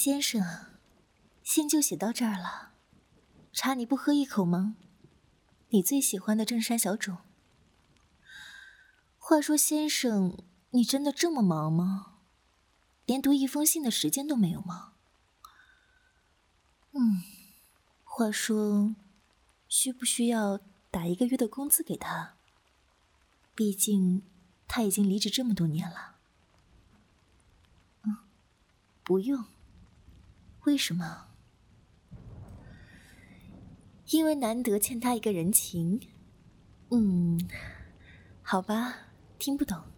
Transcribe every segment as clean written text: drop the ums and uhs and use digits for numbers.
先生，信就写到这儿了，茶你不喝一口吗？你最喜欢的正山小种。话说先生，你真的这么忙吗？连读一封信的时间都没有吗？话说，需不需要打1个月的工资给他？毕竟他已经离职这么多年了。不用。为什么？因为难得欠他一个人情。好吧，听不懂。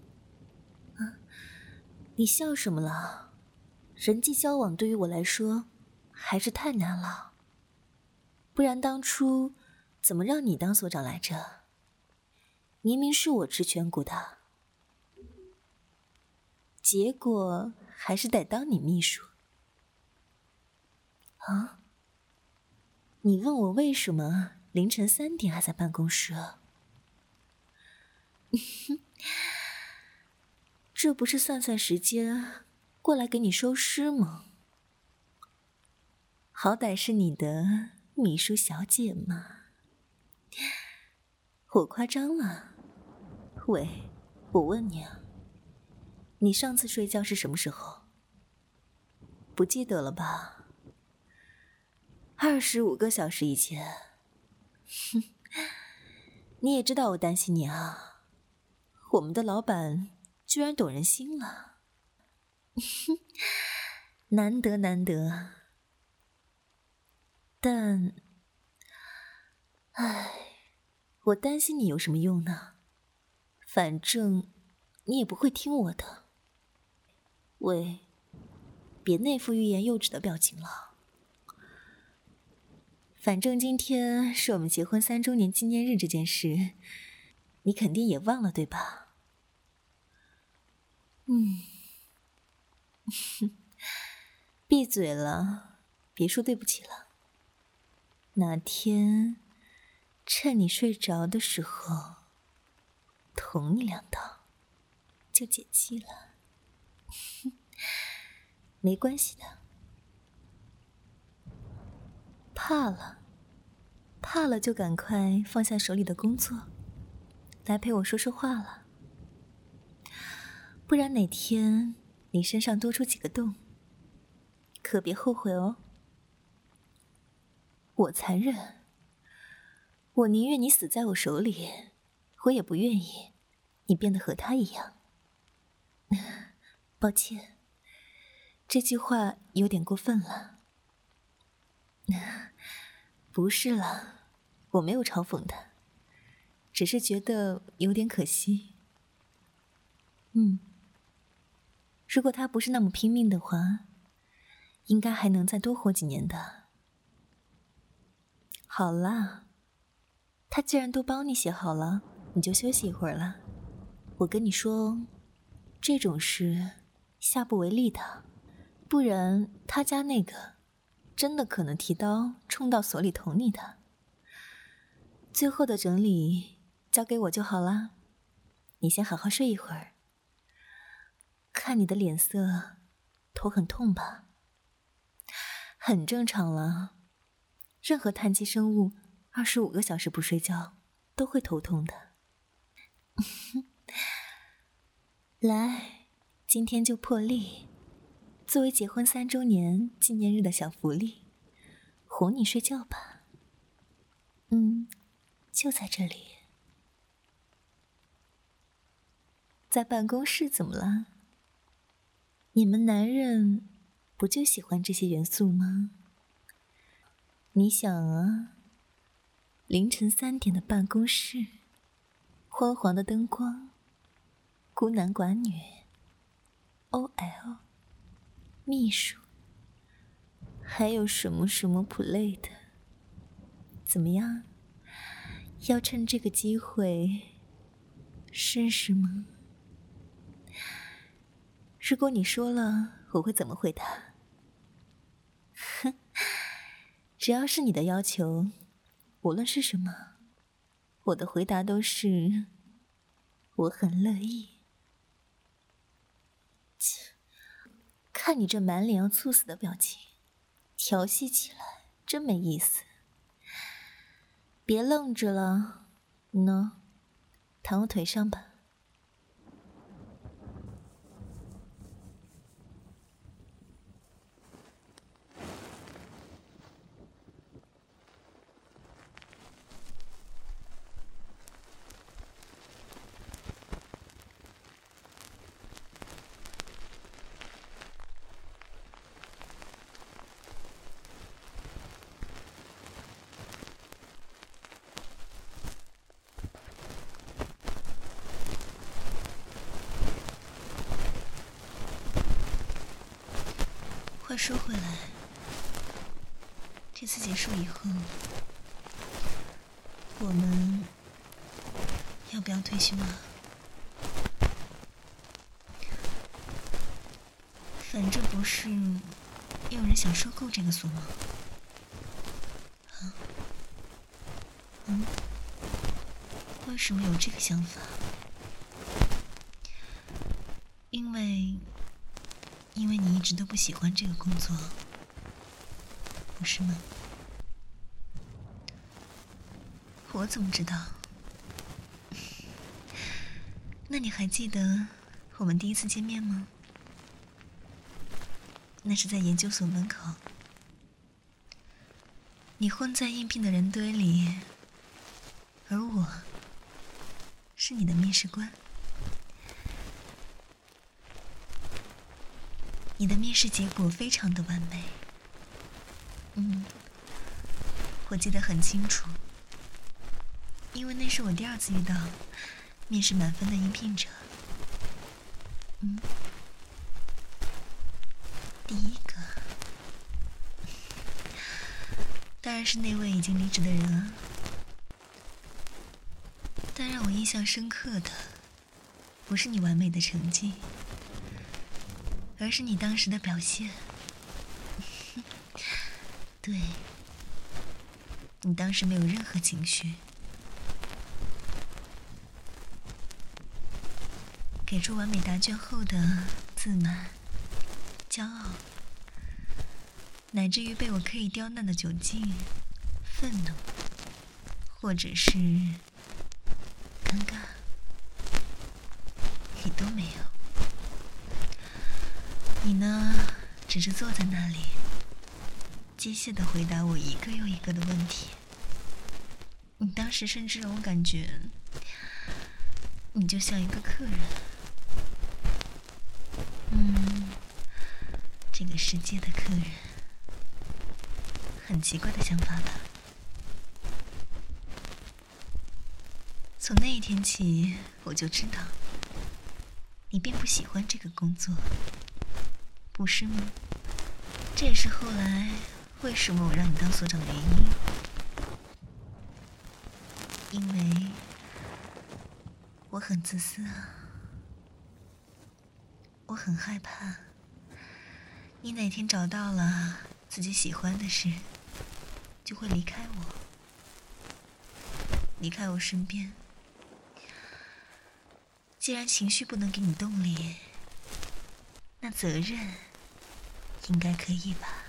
你笑什么了？人际交往对于我来说还是太难了。不然当初怎么让你当所长来着？明明是我职权股的，结果还是得当你秘书。啊？你问我为什么凌晨3点还在办公室啊？这不是算算时间过来给你收尸吗？好歹是你的秘书小姐嘛。我夸张了？喂，我问你啊，你上次睡觉是什么时候？不记得了吧？25个小时以前。你也知道我担心你啊，我们的老板居然懂人心了。难得难得。但，我担心你有什么用呢？反正你也不会听我的。喂，别那副欲言又止的表情了。反正今天是我们结婚3周年纪念日这件事，你肯定也忘了对吧？闭嘴了，别说对不起了。哪天趁你睡着的时候捅你2刀，就解气了。没关系的。怕了就赶快放下手里的工作，来陪我说说话了。不然哪天你身上多出几个洞，可别后悔哦。我残忍，我宁愿你死在我手里，我也不愿意你变得和他一样。抱歉，这句话有点过分了。不是了，我没有嘲讽他，只是觉得有点可惜。如果他不是那么拼命的话，应该还能再多活几年的。好啦，他既然都帮你写好了，你就休息一会儿了。我跟你说，这种事下不为例的，不然他家那个真的可能提刀冲到所里捅你的。最后的整理交给我就好啦，你先好好睡一会儿。看你的脸色，头很痛吧？很正常了，任何碳基生物25个小时不睡觉都会头痛的。来，今天就破例，作为结婚3周年纪念日的小福利，哄你睡觉吧。就在这里。在办公室怎么了？你们男人不就喜欢这些元素吗？你想啊，凌晨3点的办公室，昏黄的灯光，孤男寡女 ，OL， 秘书，还有什么什么 play 的，怎么样？要趁这个机会试试吗？如果你说了，我会怎么回答？只要是你的要求，无论是什么，我的回答都是我很乐意。 看你这满脸要猝死的表情，调戏起来真没意思。别愣着了，喏，躺我腿上吧。话说回来，这次结束以后，我们要不要退休啊？反正不是有人想收购这个所吗？啊？为什么有这个想法？因为你一直都不喜欢这个工作，不是吗？我怎么知道？那你还记得我们第一次见面吗？那是在研究所门口，你混在应聘的人堆里，而我是你的面试官。你的面试结果非常的完美，我记得很清楚，因为那是我第二次遇到面试满分的应聘者。第一个当然是那位已经离职的人啊。但让我印象深刻的不是你完美的成绩，而是你当时的表现。对，你当时没有任何情绪，给出完美答卷后的自满、骄傲，乃至于被我刻意刁难的窘境、愤怒，或者是尴尬，你都没有。你呢，只是坐在那里，机械地回答我一个又一个的问题。你当时甚至让我感觉，你就像一个客人。这个世界的客人，很奇怪的想法吧？从那一天起，我就知道，你并不喜欢这个工作，不是吗？这也是后来为什么我让你当所长的原因。因为我很自私啊，我很害怕你哪天找到了自己喜欢的事，就会离开我，离开我身边。既然情绪不能给你动力，那责任应该可以吧？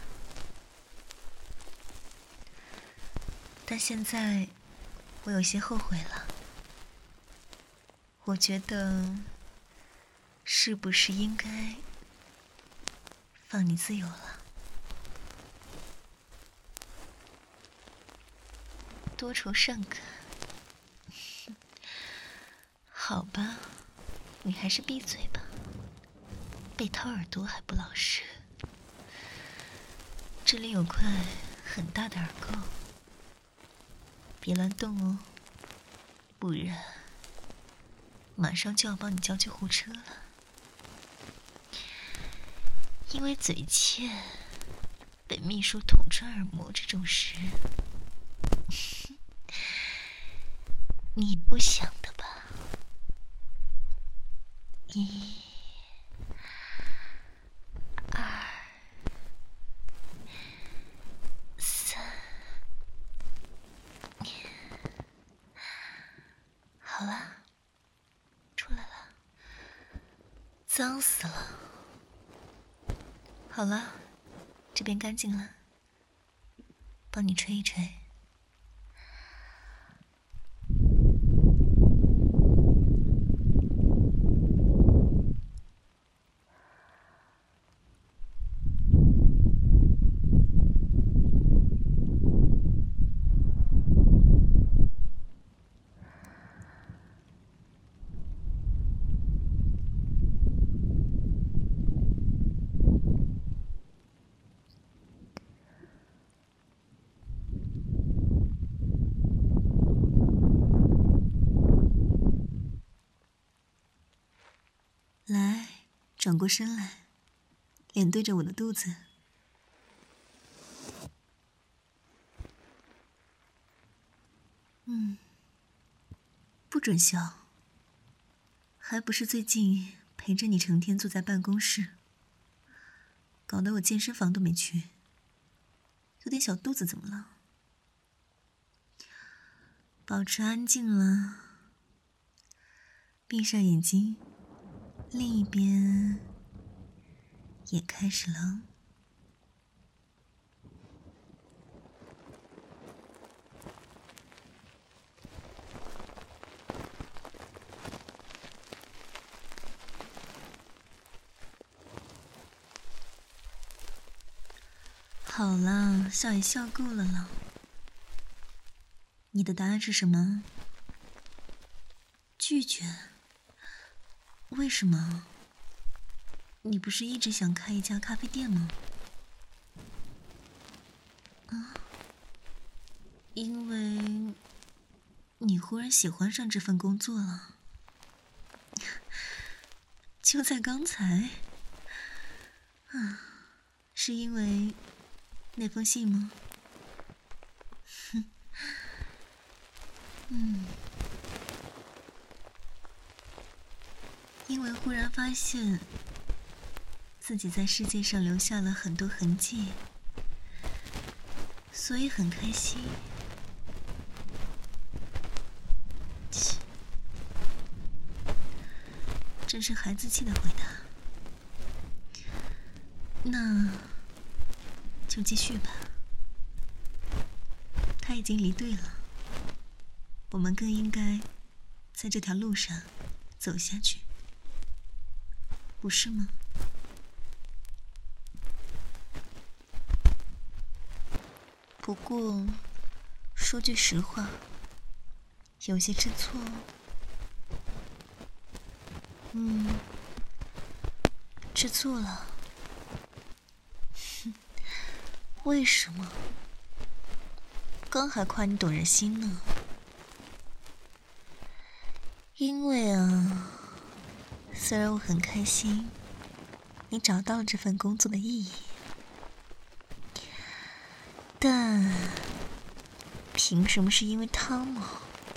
但现在我有些后悔了，我觉得是不是应该放你自由了？多愁善感。好吧，你还是闭嘴吧，被掏耳朵还不老实。这里有块很大的耳垢，别乱动哦，不然马上就要帮你叫救护车了。因为嘴欠被秘书捅穿耳膜这种事，你不想的吧？1、2、3，好了，出来了，脏死了。 好了，这边干净了，帮你吹一吹。来，转过身来，脸对着我的肚子。不准笑，还不是最近陪着你成天坐在办公室，搞得我健身房都没去。有点小肚子怎么了？保持安静了，闭上眼睛，另一边也开始了。好了，笑也笑够了啦。你的答案是什么？拒绝？为什么？你不是一直想开一家咖啡店吗？因为你忽然喜欢上这份工作了。就在刚才。是因为那封信吗？因为忽然发现自己在世界上留下了很多痕迹，所以很开心。切，真是孩子气的回答。那就继续吧。他已经离队了，我们更应该在这条路上走下去，不是吗？不过，说句实话，有些吃醋。吃醋了。为什么？刚还夸你懂人心呢。因为啊，虽然我很开心，你找到了这份工作的意义，但凭什么是因为他吗？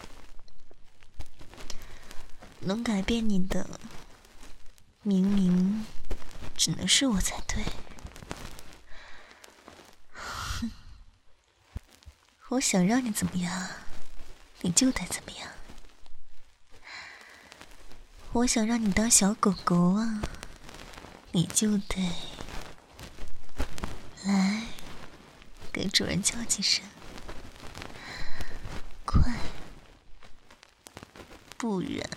能改变你的，明明只能是我才对。我想让你怎么样，你就得怎么样。我想让你当小狗狗啊，你就得来给主人叫几声，快，不然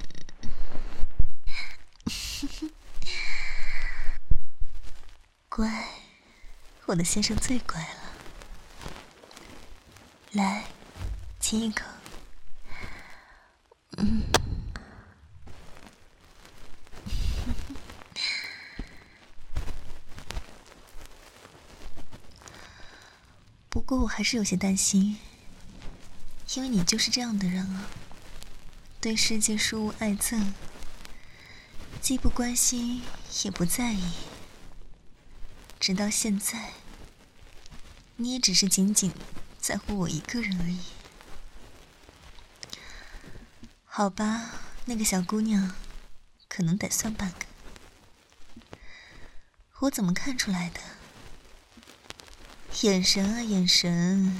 乖，我的先生最乖了。来，亲一口。不过我还是有些担心，因为你就是这样的人啊，对世界事物爱憎，既不关心也不在意，直到现在，你也只是仅仅在乎我一个人而已。好吧，那个小姑娘可能得算半个。我怎么看出来的？眼神啊眼神，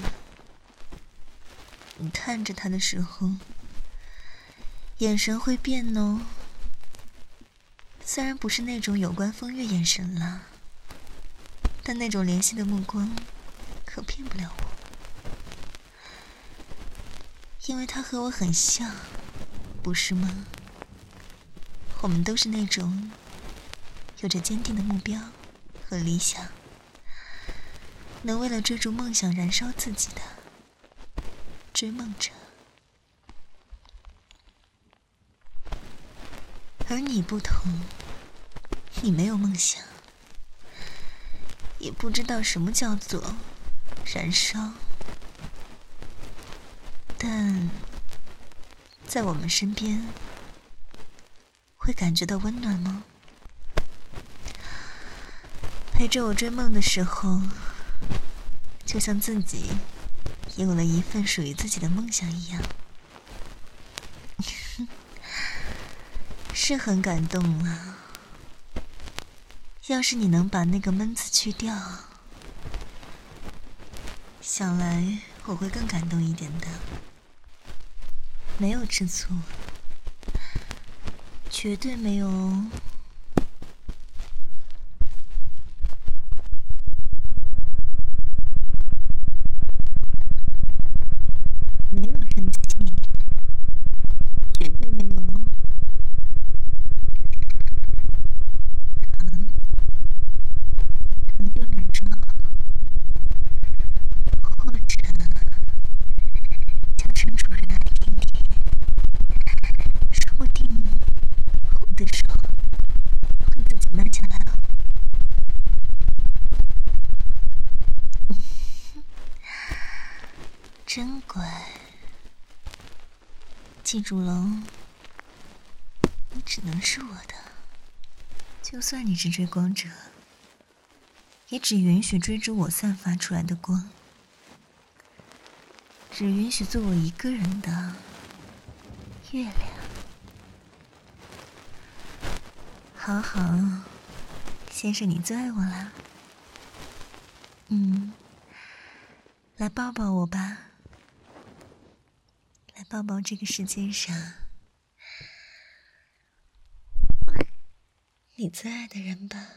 你看着她的时候，眼神会变哦。虽然不是那种有关风月眼神啦， 但那种怜惜的目光可骗不了我，因为他和我很像，不是吗？我们都是那种有着坚定的目标和理想，能为了追逐梦想燃烧自己的追梦者。而你不同，你没有梦想，也不知道什么叫做燃烧，但在我们身边会感觉到温暖吗？陪着我追梦的时候，就像自己有了一份属于自己的梦想一样，是很感动啊。要是你能把那个闷字去掉，想来我会更感动一点的。没有吃醋，绝对没有哦。没有生气，绝对没有哦。长久忍着，或者叫声主人来听听，说不定我的手会自己慢下来了。真乖，记住喽，你只能是我的。就算你是追光者，也只允许追逐我散发出来的光，只允许做我一个人的月亮。好好，先生你最爱我啦。来抱抱我吧，来抱抱这个世界上你最爱的人吧。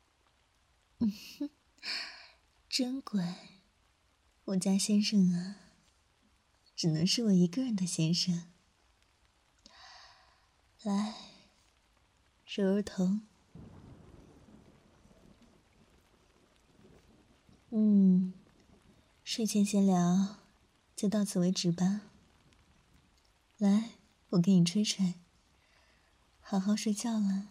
真乖，我家先生啊，只能是我一个人的先生。来，揉揉头。睡前闲聊就到此为止吧。来，我给你吹吹，好好睡觉了。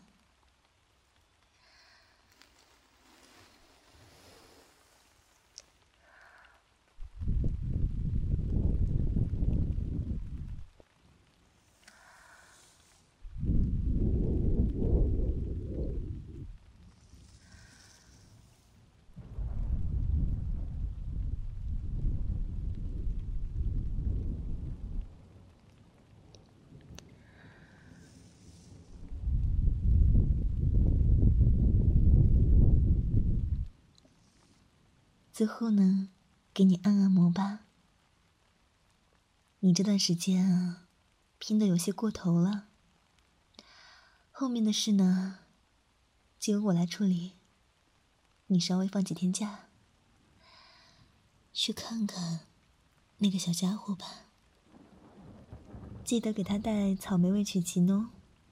最后呢，给你按按摩吧。你这段时间啊，拼得有些过头了。后面的事呢，就由我来处理。你稍微放几天假，去看看那个小家伙吧。记得给他带草莓味曲奇哦。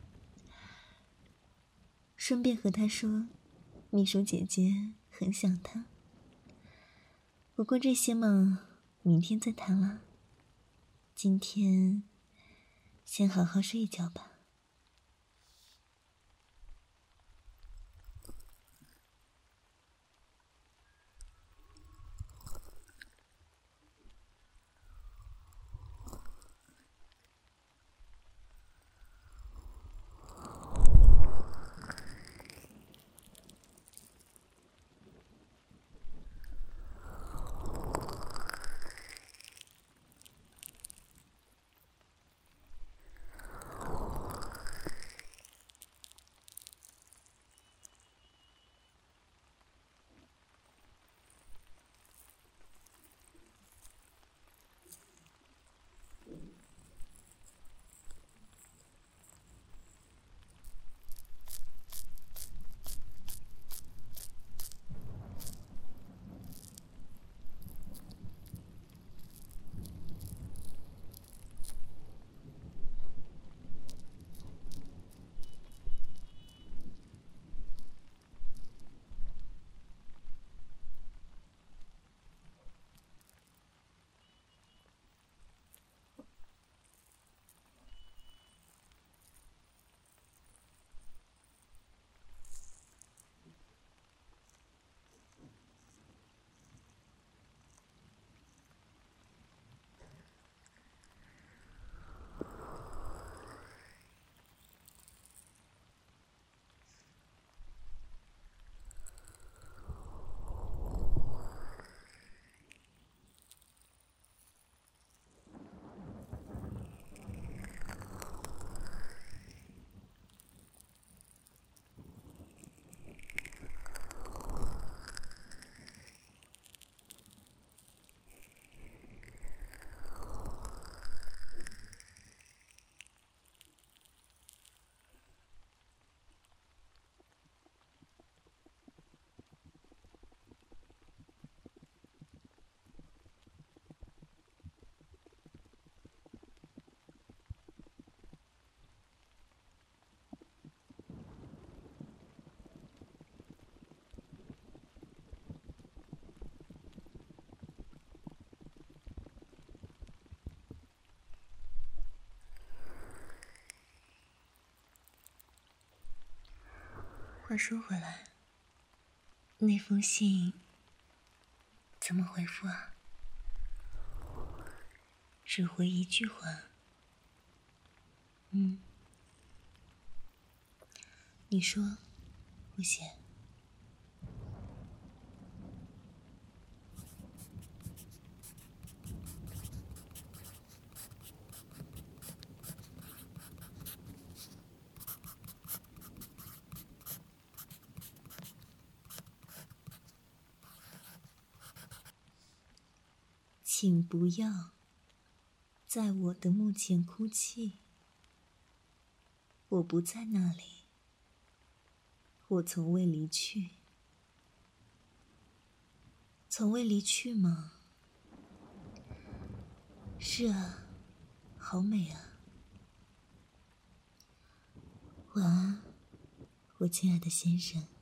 顺便和他说，秘书姐姐很想他。不过这些嘛，明天再谈了。今天先好好睡一觉吧。 话说回来，那封信怎么回复啊？只回一句话。你说，我写。请不要在我的墓前哭泣，我不在那里，我从未离去。从未离去吗？是啊，好美啊。晚安，我亲爱的先生。